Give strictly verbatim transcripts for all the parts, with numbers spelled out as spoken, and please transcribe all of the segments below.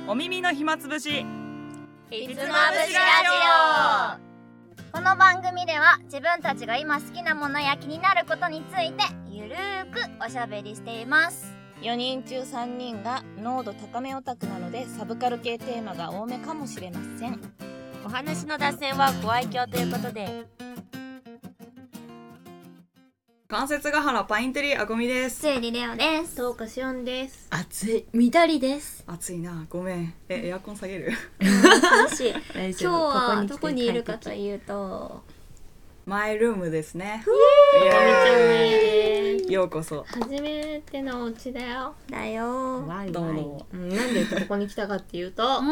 お耳の暇つぶしひつまぶしラジオ。この番組では自分たちが今好きなものや気になることについてゆるーくおしゃべりしています。 よにん中さんにんが濃度高めオタクなのでサブカル系テーマが多めかもしれません。 お話の脱線はご愛嬌ということで。 関節ヶ原パインテリーあこみです。 ついりレオです。 トーカシオンです。 暑いみだりです。 暑いな、ごめん。え、エアコン下げる楽しい。 今今日はどこにいるかというとマイルームですね。 イエーイ。 ようこそ。 初めてのお家だよ。 だよ。 ワイどうワイ。 も。 うん、なんでここに来たかっていうと、 うん。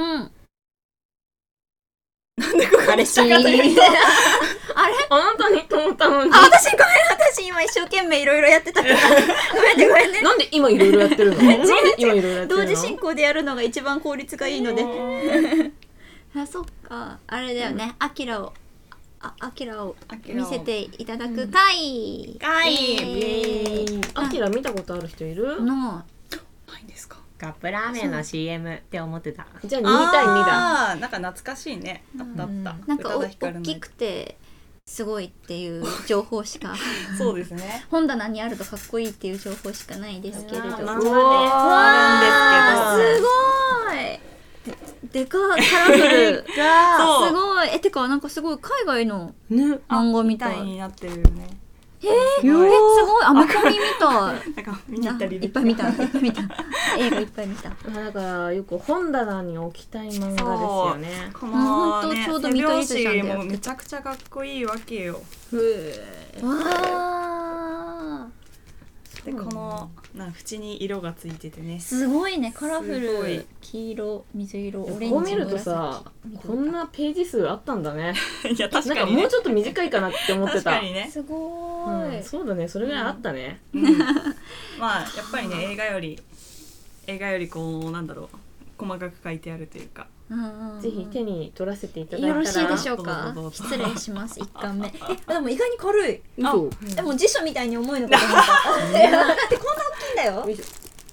彼氏。 あれ？ あなたにと思ったのに。 あ、私ごめん、私今一生懸命いろいろやってたからごめんねごめんね。 なんで今いろいろやってるの？なんで今いろいろやってるの？ 同時進行でやるのが一番効率がいいのであ、そっか、あれだよね、アキラをあ、アキラを見せていただく回。 回イエーイ。 アキラ見たことある人いる？ のないんですか。 カップラーメンの シーエム って思ってた。 じゃあに対にだ。 あー、なんか懐かしいね。あったあった。 なんかお宇多田ヒカルの大きくてすごいっていう情報しかそうですね。 本棚にあるとかっこいいっていう情報しかないですけれど。 漫画わであるんですけど、 ー、すごいでかカラフルそうすごい。え、てかなんかすごい海外のね。 漫画みみたたい。 いになってるよね。 えー、え、すごい、アメコミみたい。 なんか見に行ったりいっぱい見た、いっぱい見た。映画いっぱい見た。 だからよく本棚に置きたい漫画ですよね。 こあのね、 ほんとちょうど見取り図背じゃんだよ表紙もめちゃくちゃかっこいいわけよ。 わで、このな縁に色がついててねー、。すごいね、カラフすごいル、黄色、水色、オレンジ、 こう見るとさ、 紫こんなページ数あったんだね。 いや確なんかにね。 かもうちょっと短いかなって思ってた。 確かにね。 すごうーい。 ん、そうだね、それぐらいあったね。 うんまあやっぱりね、映画より映画よりこうなんだろう、細かく書いてあるというか。 うんうんうん、 ぜひ手に取らせていただいたら。 よろしいでしょうどうか。 ぞどうぞ失礼します。一巻目。え、でも意外に軽い。 嘘。 でも辞書みたいに重いのかと思った。いやだってこんな大きいんだよ。 よいしょ。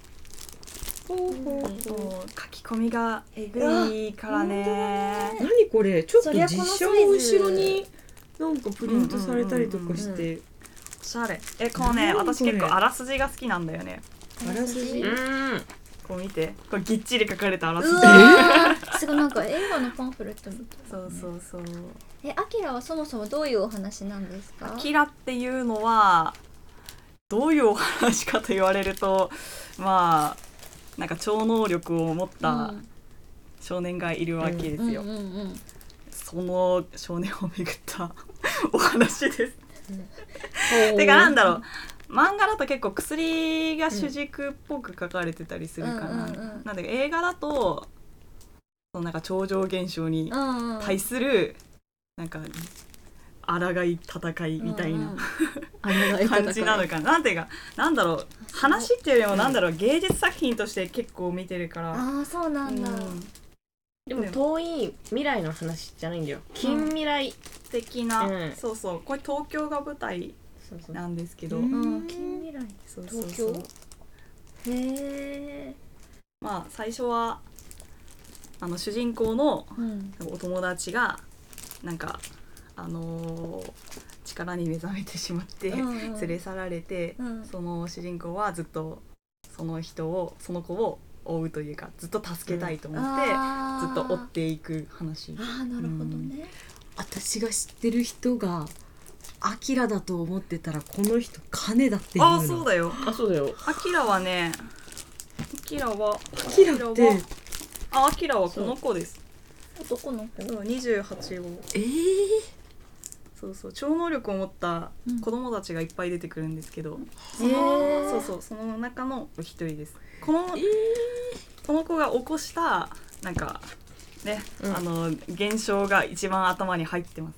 そう書き込みがえぐいからね。 何これ？ちょっとそりゃこの実写サイズも後ろになんかプリントされたりとかしうんうんて。 おしゃれ。え、このね、 何これ私結構あらすじが好きなんだよね。 あらすじう。ーん。 こう見て、これぎっちり書かれたあらすうじ。 わー、すごいなんか映画のパンフレットみたい。 そうそうそう。 え、アキラはそもそもどういうお話なんですか？ キラっていうのはどういうお話かと言われると、まあなんか超能力を持った少年がいるわけですよ。 うんうんうんうん、 その少年をめぐったお話です。てかなんだろう、漫画だと結構薬が主軸っぽく書かれてたりするかな。 うんうんうん、 なんで映画だとそのなんか超常現象にうんうん、 対するなんか抗い戦いみたいな、 うんうん、 感じなのかな。なんていうか、なんだろう、話っていうよりもなんだろう、芸術作品として結構見てるから。 ああ、そうなんだ。 うんでも遠い未来の話じゃないんだよ。近未来。 的な、 うんそうそう、これ東京が舞台そうそう。 なんですけど、 うんうん、近未来。 そうそう東そう京。へえ。 まあ最初はあの主人公のうん。 お友達がなんかあのー力に目覚めてしまってうんうん連れ去られて、 うんその主人公はずっとその人をその子を追うというか、ずっと助けたいと思って、 あーずっと追っていく話。 あー、なるほどね。 私が知ってる人がアキラだと思ってたらこの人カネだっていうの。 ああ、そうだよ。 あ、そうだよ。 アキラはね、アキラはアキラってアキラはあ、アキラはこの子です。 男の子。 そう、にじゅうはち号。 えー、 そうそう、超能力を持った子供たちがいっぱい出てくるんですけど、その、 へーそうそう、その中のお一人です。この、 えー、 この子が起こしたなんかね、 うんあの現象が一番頭に入ってます。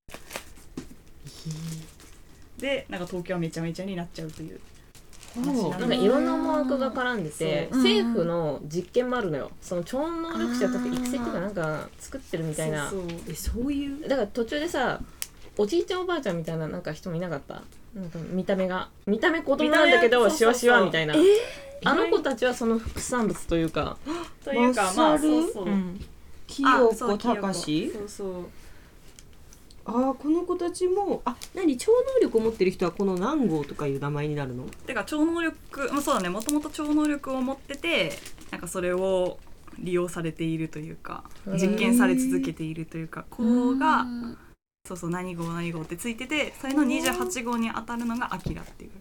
で、なんか東京はめちゃめちゃになっちゃうという話ななんんで。 かいろんな思惑が絡んでて、 そう政府の実験もあるのよ。その超能力者をだって育成っていうかなんか作ってるみたいな。 そうそうえ、そういう。 だから途中でさ、おじいちゃんおばあちゃんみたいななんか人もいなかった。なんか見た目が見た目子供なんだけど見た目シワシワみたいな。 えあの子たちはその副産物というかというかまあそうそう、うん、 清子隆史そうそうああこの子たちもあ何超能力を持ってる人はこの何号とかいう名前になるの？ てか超能力、まあ、そうだねもともと超能力を持っててなんかそれを利用されているというか実験され続けているというか子がそうそう何号何号ってついててそれのにじゅうはち号に当たるのがアキラっていう。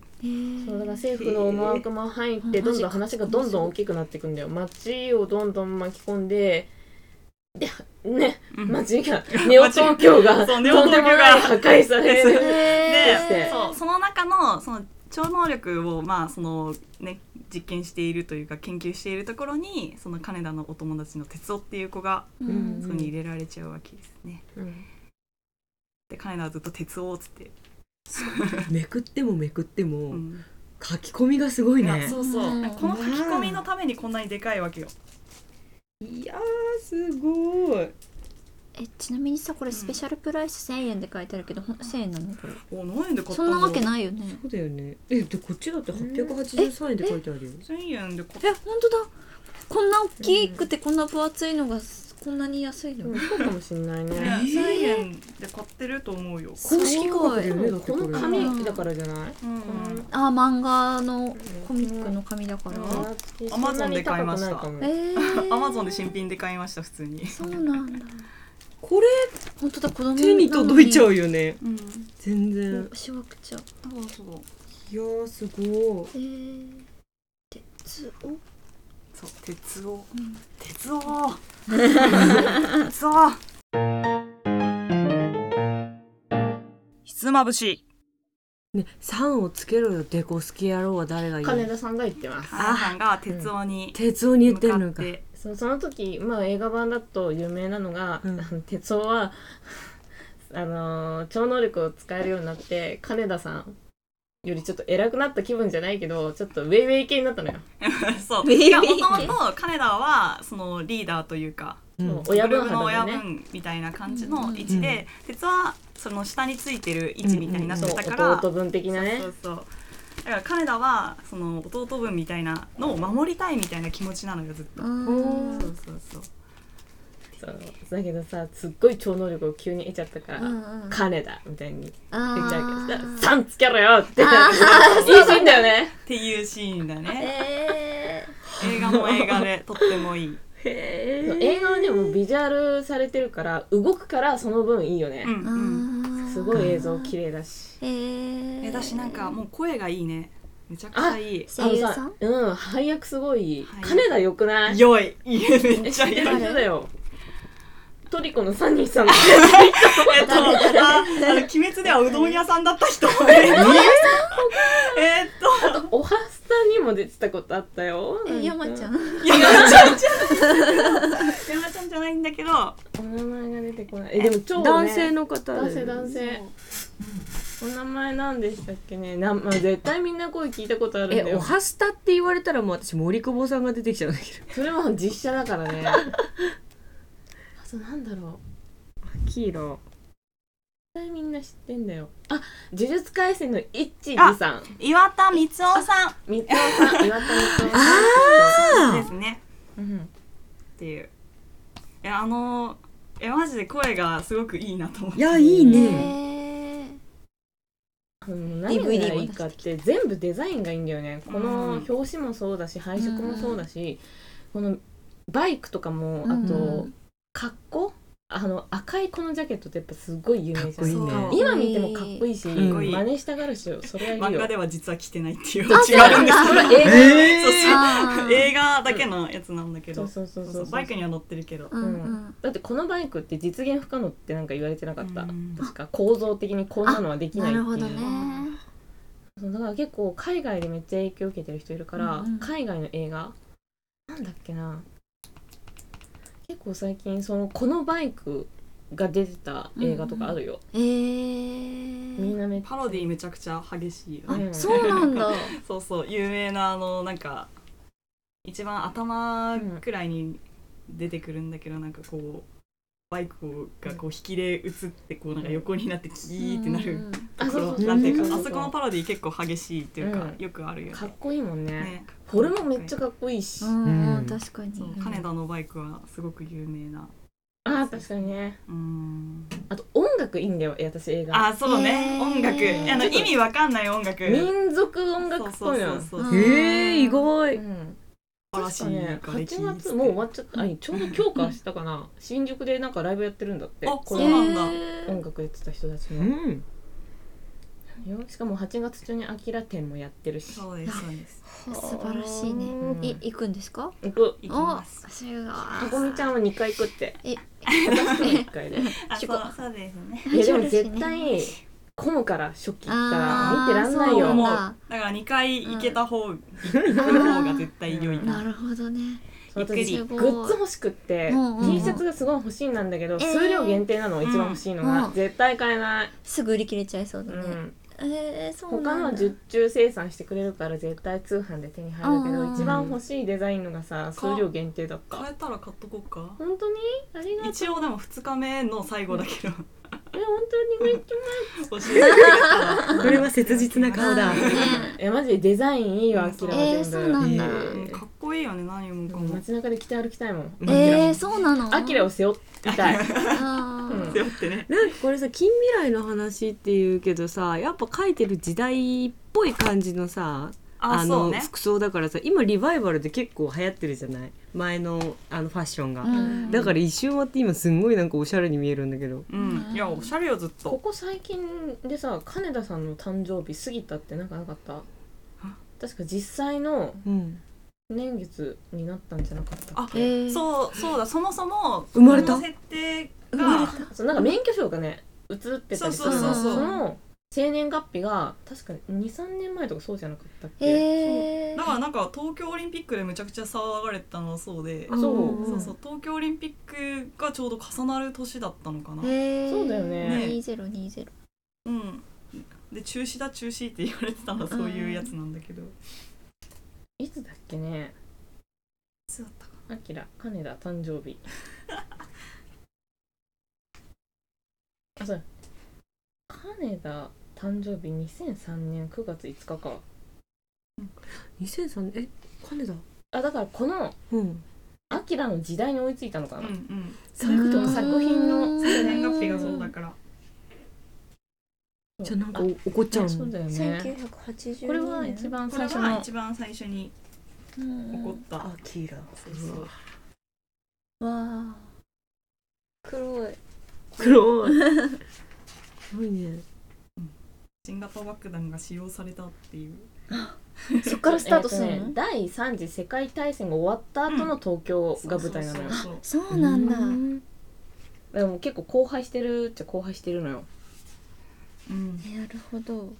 そうだから政府の思惑も入ってどんどん話がどんどん大きくなっていくんだよ。街をどんどん巻き込んででね、うん、街がネオ東京がとんでもない破壊されるでそうその中のその超能力をまあそのね実験しているというか研究しているところにその金田のお友達の哲夫っていう子がそこに入れられちゃうわけですね、うん、で金田はずっと哲夫っつってめくってもめくっても、うん、書き込みがすごいね。 そうそう、うん、この書き込みのためにこんなにでかいわけよ。 いやーすごい。 えちなみにさこれスペシャルプライスせんえんで書いてあるけど、うん、せんえんなのこれ？ お何円で買ったの？ そんなわけないよね。 そうだよね。えでこっちだってはっぴゃくはちじゅうさんえんで書いてあるよ。 せんえんで買った。え本当だ。こんな大きくてこんな分厚いのがこんなに安いの？ うん、そうかもしれないね。 せんえんで買ってると思うよ。 公式価格だよね。だってこの紙だからじゃない？ うんうん、あ漫画のコミックの紙だから。 アマゾンで買いました。アマゾンで新品で買いました普通に。 そうなんだ。 これ本当だ子供手に届いちゃうよね。 うん、 全然。 しわくちゃ。あそう。 いやーすごい。 えー、鉄を。 そう鉄を、うん、鉄を鉄をひつまぶしね、さんをつけろよデコスケ野郎は誰が言う？ 金田さんが言ってます。 金田さんが鉄夫に、 うん、鉄夫に言ってるのか。 そ, その時、まあ、映画版だと有名なのが、うん、鉄夫はあのー、超能力を使えるようになって金田さんよりちょっと偉くなった気分じゃないけどちょっとウェイウェイ系になったのよ。 そう。いやもともと金田はそのリーダーというか、 うん、親分の親分みたいな感じの位置で、うん、鉄はその下についてる位置みたいになってたから、 うんうん、弟分的なね。 そうそうそう。だから金田はその弟分みたいなのを守りたいみたいな気持ちなのよずっと。そうそうそう。 そうだけどさすっごい超能力を急に得ちゃったから、うんうん、金だみたいに言っちゃうけどさんつけろよっていいシーンだよねっていうシーンだね、えー、映画も映画でとってもいいへ映画はねもうビジュアルされてるから動くからその分いいよね、うんうん、すごい映像綺麗だしえー、だしなんかもう声がいいねめちゃくちゃいい。 声優さんうん配役すごい金田よくない？ 良いいいめっちゃいいだよトリコのサニーさんのえっと、あ、あの鬼滅ではうどん屋さんだった人。えっと、えっと、あとおはスタにも出てたことあったよ。 え、山ちゃん。 山ちゃんじゃない。山ちゃんじゃないんだけど、 お名前が出てこない。え、でも超ね、 男性の方。 男性男性。お名前なんでしたっけね。な、まあ、絶対みんな声聞いたことあるんだよ。 え、おはスタって言われたらもう私森久保さんが出てきちゃうんだけど。 それも実写だからね。なんだろうキーロ絶対みんな知ってんだよ。あ、呪術廻戦のイッチーさん岩田光雄さん光雄さん岩田光雄さんあですね、うん、っていういやあのえマジで声がすごくいいなと思って。 いやいいねうん、何がいいかって全部デザインがいいんだよね。この表紙もそうだし配色もそうだし、このバイクとかもあと、うん格好あの赤いこのジャケットってやっぱすごい有名じゃん。いい、ね、今見てもかっこいいし、うん、真似したがるしそれはいいよ。 漫画では実は着てないっていうオチがあるんですけど、映画、えー、そうそう映画だけのやつなんだけど、そうそうそうそうバイクには乗ってるけど、 うんうん、だってこのバイクって実現不可能ってなんか言われてなかった、うん、確か構造的にこんなのはできないっていう。なるほどね。そうだから結構海外でめっちゃ影響を受けてる人いるから、うんうん、海外の映画なんだっけな結構最近そのこのバイクが出てた映画とかあるよ、うんうん、えー、みんなめパロディめちゃくちゃ激しいよね。 あ、そうなんだそうそう有名なあのなんか一番頭くらいに出てくるんだけど、うん、なんかこうバイクがこう引きで映ってこうなんか横になってキーってなるところなんていうか、あそこのパロディ結構激しいっていうか、うん、よくあるよね。 かっこいいもんね。ね、フォルムめっちゃかっこいいし、 うん、確かに。 そう、金田のバイクはすごく有名な。 あ、確かにね。 うん。 あと音楽いいんだよ、私映画。 あ、そうね、音楽、あの意味わかんない音楽。 民族音楽っぽいの。 へえ、意外。 うん、確かね、はちがつもう終わっちゃった。あ、ちょうど今日か明日かな。新宿でなんかライブやってるんだって。 あ、そうなんだ。 音楽やってた人たちの。うん。しかもはちがつ中にアキラ展もやってるし。 そうですそうです。 素晴らしいね。うん、い行くんですか？ 行く。 行きます。 とこみちゃんはにかい行くって。 え、 私はいっかいで。 あ、そう、そうですね。 いやでも絶対混むから初期行ったら見てらんないよ。 だからにかい行けた方、行く方が絶対良いな。 なるほどね。 私グッズ欲しくって T シャツがすごい欲しいんなんだけど、数量限定なの、一番欲しいのが絶対買えない。 すぐ売り切れちゃいそうだね。えー、そうなんだ。 他のは受注生産してくれるから絶対通販で手に入るけど、一番欲しいデザインのがさ、数量限定だった。 買えたら買っとこうか。 本当にありがとう。 一応でもふつかめの最後だけどえ、 本当にめっちゃ教えてくれたらこれは切実な顔だ。 え、マジでデザインいいよ、アキラは全部。 えー、そうなんだ、えー、かっこいいよね、何もかも。 街中で着て歩きたいもん。 えー、そうなの。 アキラを背負いたい。 背負ってね。 なんかこれさ、近未来の話っていうけどさ、やっぱ書いてる時代っぽい感じのさ、あの服装だからさ、今リバイバルで結構流行ってるじゃない、前のあのファッションが、うん、だから一周回って今すんごいなんかおしゃれに見えるんだけど、 うん、いやおしゃれよずっと。 ここ最近でさ、金田さんの誕生日過ぎたってなんかなかった？確か実際の年月になったんじゃなかったっけ？ あ、えー、そうそうだ、そもそも生まれた設定が生まれた、 そうなんか免許証がね映ってたりするの。 そうそうそうそう、 その生年月日が確かに にさんねんまえとかそうじゃなかったっけ？ えー、 だからなんか東京オリンピックでむちゃくちゃ騒がれたのはそうで、 そうそうそう、東京オリンピックがちょうど重なる年だったのかな。 えー、 そうだよね。 にせんにじゅう。 うん。で中止だ中止って言われてたのはそういうやつなんだけど。 いつだっけね。 いつだったかな。あきら金田誕生日。あ、そう。金田誕生日にせんさんねんくがついつかか。 にせんさんねん、え、金田。 あ、だからこのあきらの時代に追いついたのかな。 うんうん。 そういうことか。作品の生年月日がそうだから。 じゃあなんか怒っちゃうの。 そうだよね。 せんきゅうひゃくはちじゅうねん。 これは一番最初の。 これは一番最初に起こった。 あきら。 そうそう。 わあ。黒い。 黒い。すごいね。 新型爆弾が使用されたっていう。 そっからスタートするの？えーね、 第三次世界大戦が終わった後の東京が舞台なのよ。 そうなんだ。 でも結構荒廃してるっちゃ荒廃してるのよ。 うん、 なるほど。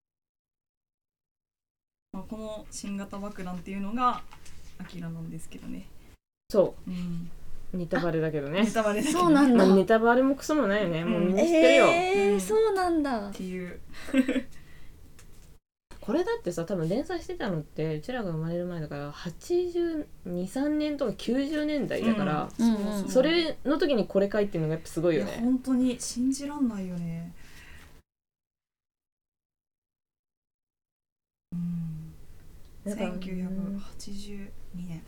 まあ、この新型爆弾っていうのがアキラなんですけどね。 そう。 うん、 ネタバレだけどね。 ネタバレだけど、 そうなんだ。 まあ、ネタバレもクソもないよね。もうみんな知ってるよ。 えーうん、そうなんだ。 っていう。 これだってさ、多分連載してたのってうちらが生まれる前だからはちじゅうに、さんねんとかきゅうじゅうねんだいだから、 うんうんうん、 それの時にこれ書いてるのがやっぱすごいよね。 いや本当に信じらんないよね。うん、せんきゅうひゃくはちじゅうにね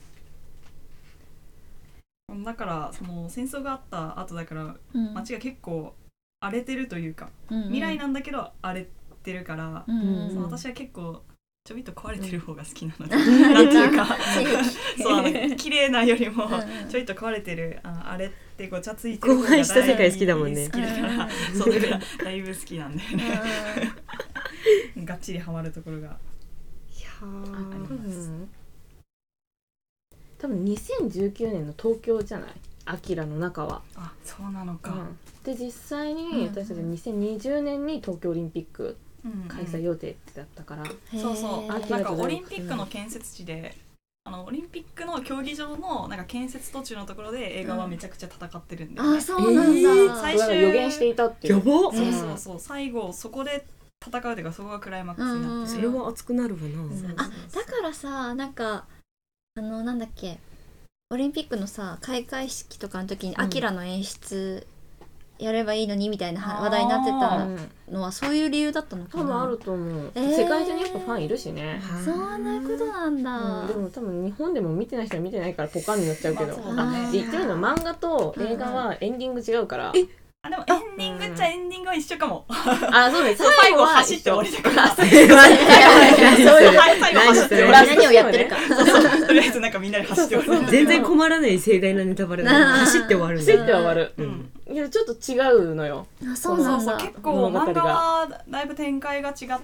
んだからその戦争があった後だから、うん、街が結構荒れてるというか、うんうん、未来なんだけど荒れてるから、うんうん、その私は結構ちょびっと壊れてる方が好きなので、うん、なんていうかそうあの綺麗なよりもちょいと壊れてるあ荒れてごちゃついてる方が荒廃した世界好きだもんね。 好きだから、うん、そうだからだいぶ好きなんだよね。がっちりハマるところがいやあります。多分にせんじゅうきゅうねんの東京じゃない？アキラの中は。 あ、そうなのか。うん、 で実際に私たちにせんにじゅうねんに東京オリンピック開催予定だったから、 うんうん、そうそうなんかオリンピックの建設地で、うん、あのオリンピックの競技場のなんか建設途中のところで映画はめちゃくちゃ戦ってるんだよね。 あ、そうなんだ。えー、 最終予言していたっていう。 やば。 そうそうそう、最後そこで戦うというかそこがクライマックスになって、うんうん、 それは熱くなるわな。 うん、あ、だからさ、なんかあのなんだっけ、オリンピックのさ開会式とかの時にアキラの演出やればいいのにみたいな話題になってたのはそういう理由だったのかな。 多分あると思う、 えー、 世界中にやっぱファンいるしね。 そんなことなんだ、 うん、でも多分日本でも見てない人は見てないからポカンになっちゃうけど、 まああ、言ってるのは漫画と映画はエンディング違うから、 うんうん、あでもエンディングっちゃエンディングは一緒かも。 あ、そうです。 最後走って終わりだから。 最後走って終わり。何をやってるか。 とりあえずなんかみんなで走って終わり。 全然困らない盛大なネタバレだ。走って終わるんだ。 走って終わる。うん。いやちょっと違うのよ。 あ、そうなんだ。 結構漫画はだいぶ展開が違って、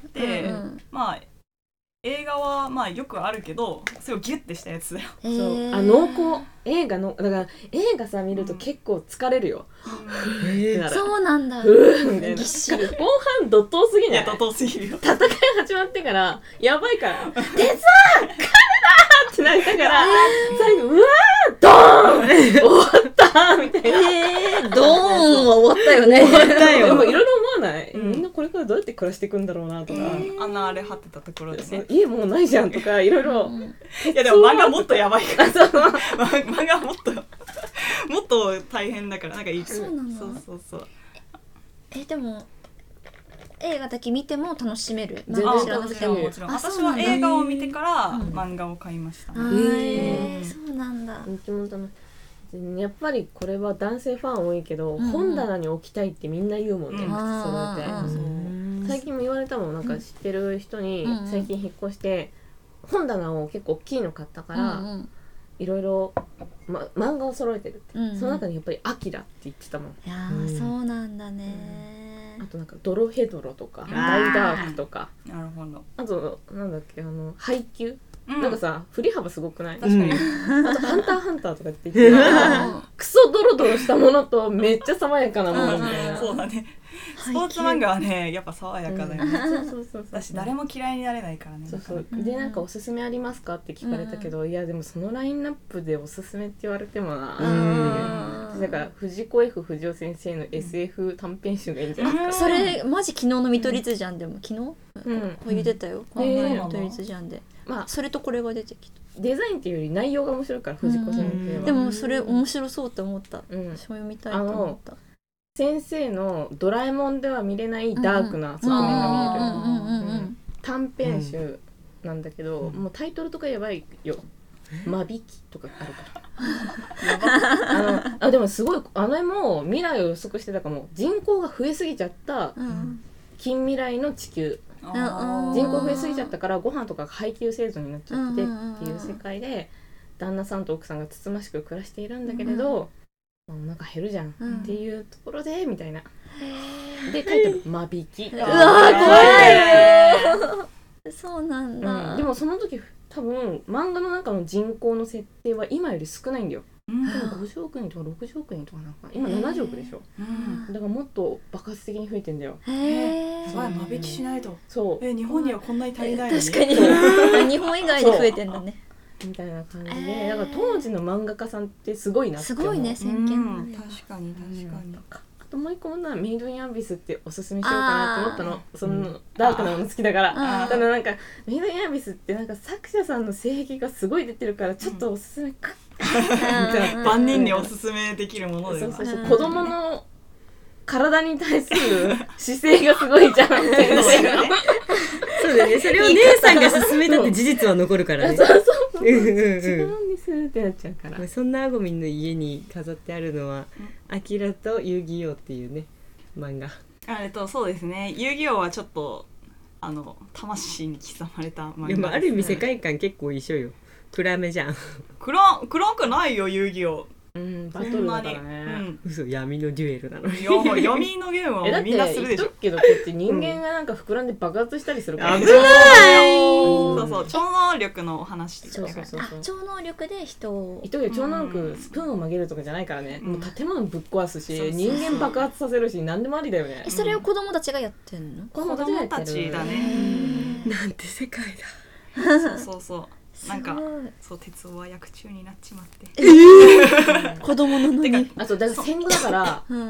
まあ映画はまあよくあるけど、それをギュッてしたやつだよ。 そう。あ、濃厚。映画のだから映画さ見ると結構疲れるよ。 そうなんだ。 ぎっしり。後半怒涛すぎない？ いや怒涛すぎるよ。 戦い始まってからやばいから。鉄腕彼だってなったから最後うわードーン終わったみたいな。 えー、ドーンは終わったよね。 終わったよ。 でもいろいろ思わない？みんなこれからどうやって暮らしていくんだろうなとか。 あんな荒れ果てたところでね。 家もうないじゃんとかいろいろ。 いやでも漫画もっとやばいから。漫画もっともっと大変だからなんかいい。 そうなの。 そうそうそう。 えでも映画だけ見ても楽しめる。 全然楽しめる。もちろん。私は映画を見てから漫画を買いました。 へえ、そうなんだ。 やっぱりこれは男性ファン多いけど、本棚に置きたいってみんな言うもんね。そう最近も言われたもん。なんか知ってる人に最近引っ越して本棚を結構大きいの買ったから。いろいろ、ま、漫画を揃えてるって、うんうん、その中にやっぱりアキラって言ってたもん。 いや、うん、そうなんだね、 うん、あとなんかドロヘドロとかダイダークとか、 なるほど。 あとなんだっけあのハイキュー、うん、なんかさ振り幅すごくない？ 確かに、 うん、あとハンターハンターとかって言ってクソドロドロしたものとめっちゃ爽やかなものみたいな。 そうだね。スポーツ漫画はねやっぱ爽やかだよね。私誰も嫌いになれないからね。 そうそうでなんかおすすめありますかって聞かれたけど、うん、いやでもそのラインナップでおすすめって言われてもな。うん。だから藤子 F 不二雄先生の エスエフ 短編集がいいんじゃないですか。 それマジ昨日の見取り図じゃん。でも昨日、うん、こう言ってたよ。この前の見取り図じゃんで。まあそれとこれが出てきた。 デザインっていうより内容が面白いから藤子先生は。 でもそれ面白そうって思った。うん。そう読みたいと思った。 先生のドラえもんでは見れないダークな側面が見える短編集なんだけど、うん、もうタイトルとかやばいよ。間引きとかあるからあのあでもすごいあれも未来を予測してたかも。人口が増えすぎちゃった近未来の地球、うん、人口増えすぎちゃったからご飯とかが配給制度になっちゃってっていう世界で旦那さんと奥さんがつつましく暮らしているんだけれど、うん、なんか減るじゃん、うん、っていうところでみたいな。でタイトル間引き。うわー怖いそうなんだ、 うん、でもその時多分漫画の中の人口の設定は今より少ないんだよ、うん、でもごじゅうおくにんとかろくじゅうおくにんとかなんか今ななじゅうおくでしょ、うん、だからもっと爆発的に増えてんだよ。 へーそう間引きしないと。そうえ日本にはこんなに足りないのに。 確かに日本以外で増えてんだねみたいな感じで、だから当時の漫画家さんってすごいなって思う。 すごいね先見、うん、 確かに確かに。 あともう一個なメイドインアビスっておすすめしようかなと思ったの。そのダークなもの好きだから。ただなんかメイドインアビスってなんか作者さんの性癖がすごい出てるからちょっとおすすめか、 うん、万人におすすめできるものでは。 そうそうそう、子供の体に対する姿勢がすごいじゃんっていうのがそうだね、それを姉さんが勧めたって事実は残るからね。 そうそうそう違うんですってなっちゃうから。 そんなあごみんの家に飾ってあるのはアキラと遊戯王っていうね漫画。 あえっとそうですね、遊戯王はちょっとあの魂に刻まれた漫画ですね。 でもある意味世界観結構一緒よ。暗めじゃん。 暗暗くないよ遊戯王。 うん、バトルだからね、うん、 嘘闇のデュエルなのに闇のゲームはみんなするでしょ。 えだって言っとくけどこっち人間がなんか膨らんで爆発したりするから、 危ない、 うん、そうそう超能力のお話。 そうそうそうそう、超能力で人を人が超能力、うん、スプーンを曲げるとかじゃないからね、うん、もう建物ぶっ壊すし、うん、人間爆発させるし何でもありだよね。 えそれを子供たちがやってんの？ 子供たちだね。 なんて世界だ。 そうそうそうなんかそう鉄夫は薬中になっちまって、えー、子供なのに。 あとだから戦後だからうん、うん、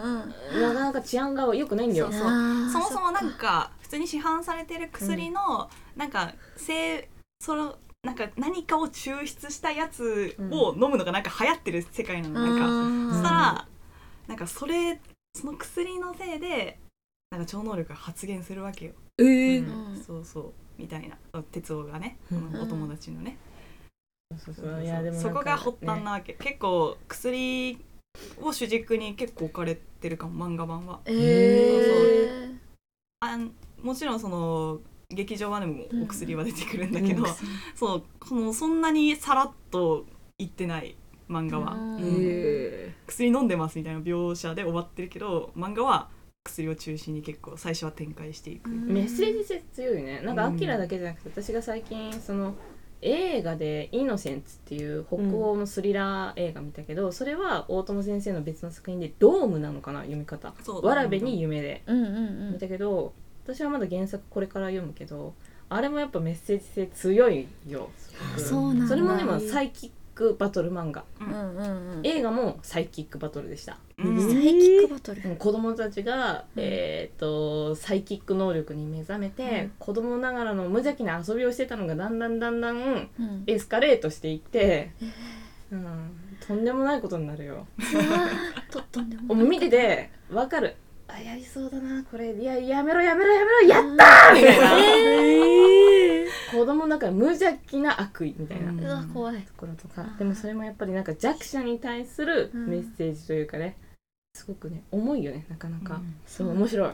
なかなか治安が良くないんだよ。 そうそうそもそもなんか普通に市販されてる薬の、うん、なんかせそのなんか何かを抽出したやつを飲むのがなんか流行ってる世界なの、うん、なんかそしたらなんかそれその薬のせいでなんか超能力が発現するわけよ。 えーうん、そうそうみたいな哲夫がね、 うん、 お友達のね、 そうそうそう、いやでもそこが発端なわけ、ね、結構薬を主軸に結構置かれてるかも漫画版は。 えー、 そうそうあもちろんその劇場版でもお薬は出てくるんだけど、うん、そうそのそんなにさらっと言ってない漫画は、うん、薬飲んでますみたいな描写で終わってるけど漫画は薬を中心に結構最初は展開していく。 メッセージ性強いね。なんかアキラだけじゃなくて、私が最近その映画でイノセンツっていう北欧のスリラー映画見たけど、うん、それは大友先生の別の作品でドームなのかな読み方、わらべに夢で見たけど、私はまだ原作これから読むけど、あれもやっぱメッセージ性強いよ。 そうなんだ。 それもでもサイキックバトル漫画、 うんうんうん、 映画もサイキックバトルでした、 うん、サイキックバトル、 うん、子供たちが、うんえー、とサイキック能力に目覚めて、うん、子供ながらの無邪気な遊びをしてたのがだんだんだんだんエスカレートしていって、うんうん、とんでもないことになるよととんでもない見てて分かる、あやりそうだなこれ、いややめろやめろやめろやったーみたいな、えー、子供の中で無邪気な悪意みたいな、 うん、うわ怖いところとか、でもそれもやっぱりなんか弱者に対するメッセージというかね、すごくね重いよね、なかなか、うん、そう面白い。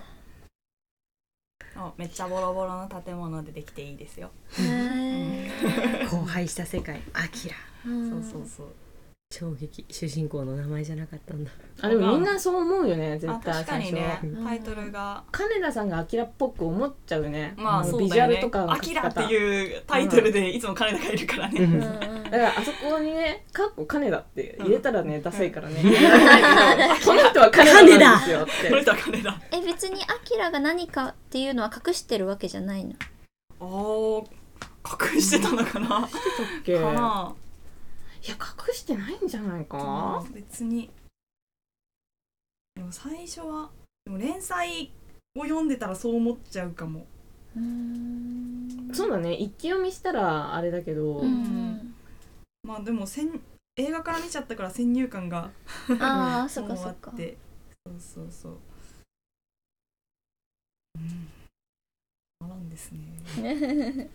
めっちゃボロボロの建物でできていいですよ。 へー荒廃した世界アキラ、 うん、そうそうそう、 衝撃、主人公の名前じゃなかったんだ。 あでもみんなそう思うよね、絶対。 確かにね、タイトルが金田さんがアキラっぽく思っちゃうよね。 まあそうだよね、 ビジュアルとかアキラっていうタイトルでいつも金田がいるからね、うん、 だからあそこにねカッコ金田って入れたらね、うん、ダサいからね、うん、この人は金田なんですよってこの人は金田。 え別にアキラが何かっていうのは隠してるわけじゃないの？ あー隠してたのかな、 隠してたっけかな。いや隠してないんじゃないか、 うん、別に。でも最初はでも連載を読んでたらそう思っちゃうかも。 うーんそうだね、一気読みしたらあれだけど、うん、 まあでもせん映画から見ちゃったから先入観がああそっかそっか、 そうそうそう、うん、そうなんですね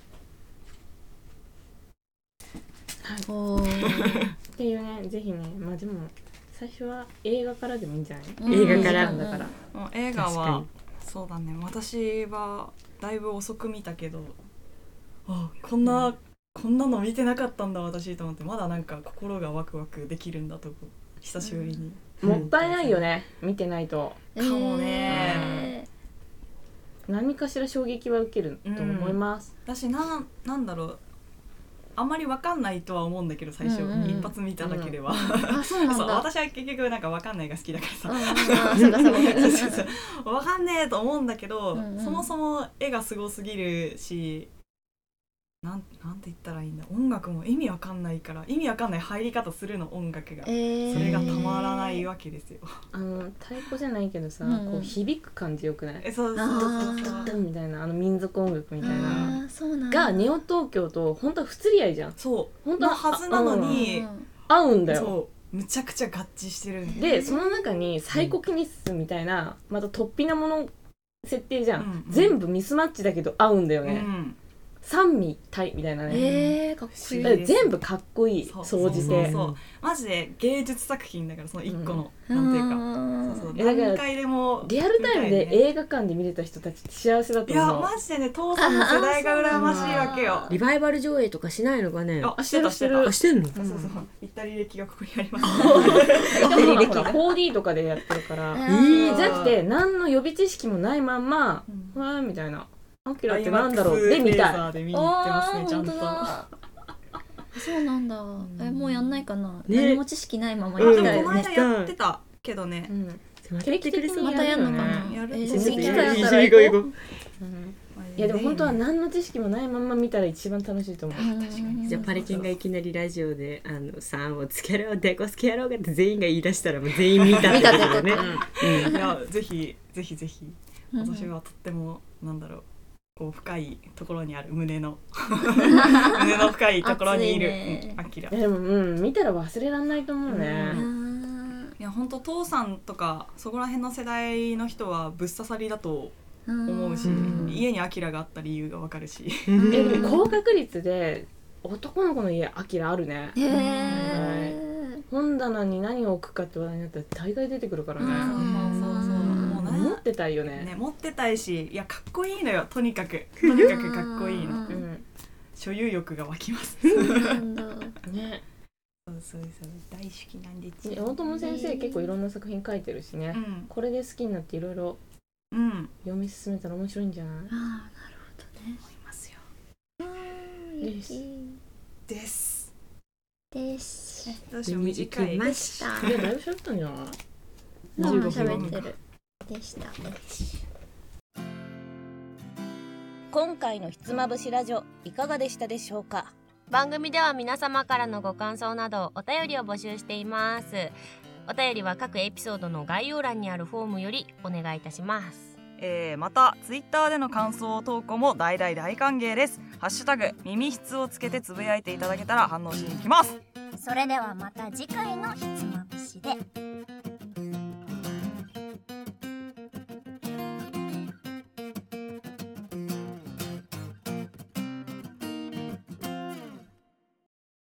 はい、おっていうね、ぜひね、まあでも最初は映画からでもいいんじゃない？うん、映画からだから。 もう映画はそうだね、私はだいぶ遅く見たけど、あこんな、うん、こんなの見てなかったんだ私と思って、まだなんか心がワクワクできるんだと久しぶりに、 うん、もったいないよね、見てないと。 かもね、 えー、何かしら衝撃は受けると思います。 うん、私ななんだろう。あんまり分かんないとは思うんだけど最初、うんうん、一発見ただけでは、うん、 あそうなんだ。 そう私は結局なんか分かんないが好きだからさ、そうかそうか分かんねえと思うんだけど、うんうん、そもそも絵がすごすぎるし、なんなんて言ったらいいんだ、音楽も意味わかんないから、意味わかんない入り方するの音楽が、えー、それがたまらないわけですよ。 あの太鼓じゃないけどさ、うん、こう響く感じよくない？ えそうそうそうそうみたいな、あの民族音楽みたいながネオ東京と本当は不釣り合いじゃん。 そう本当のはずなのに合うんだよ。 そうむちゃくちゃ合致してるんで、その中にサイコキネシスみたいな、また突飛なもの設定じゃん、うんうん、全部ミスマッチだけど合うんだよね、うん、三位体みたいなね、 えー、かっこいい。 全部かっこいい、総じて。そうそうそうマジで芸術作品だから、その一個の、うん、なんていうか、そうそう何回でもリアルタイムで映画館で見れた人たちって幸せだと思う。 いやマジでね、父さんの世代が羨ましいわけよ。 リバイバル上映とかしないのかね。 あしてたしてた。 あしてんの？ そうそうそう。行った履歴がここにあります。 履歴が フォーディー とかでやってるから。えー、じゃなくて何の予備知識もないまんま、うん、わーみたいな。アキラってなんだろうで見たい。 で見に行ってますね、ちゃんと。 そうなんだ。えもうやんないかな。ね、何も知識ないままやってたよね。 この間やってたけどね。 定期的にまたやんのかな。 やる。 一緒に行こう。 いやでも本当は何の知識もないまま見たら一番楽しいと思う。 じゃあパリケンがいきなりラジオであのさんをつけろデコつけやろうがって全員が言い出したらもう全員見たってことだね。 いやぜひぜひぜひ。私はとってもなんだろう。こう深いところにある胸の胸の深いところにいるアキラ。 でもうん見たら忘れられないと思うね。 いや本当父さんとかそこら辺の世代の人はぶっ刺さりだと思うし、うん、家にアキラがあった理由がわかるしでも高確率で男の子の家アキラあるね。へー、本棚に何を置くかって話題になったら大概出てくるからね。そうそうそうそう、もうね、持ってたいよ ね, ね持ってたいし、いやかっこいいのよ、とにかくとにかくかっこいいの、うん、所有欲が湧きますそうなんだね。そうそうそう、大好きなんです。 大友先生結構いろんな作品書いてるしね、うん、これで好きになっていろいろ読み進めたら面白いんじゃない？ああ、なるほどね。 思いますよ。 ですですですどうしよう、短いました。 いやだいぶ喋ったんじゃない？ じゅうごふん喋ってるでした。 今回のひつまぶしラジオいかがでしたでしょうか？ 番組では皆様からのご感想などお便りを募集しています。お便りは各エピソードの概要欄にあるフォームよりお願いいたします。 えー、またツイッターでの感想投稿も大大大歓迎です。ハッシュタグ耳質をつけてつぶやいていただけたら反応しに行きます。 それではまた次回のひつまぶしで。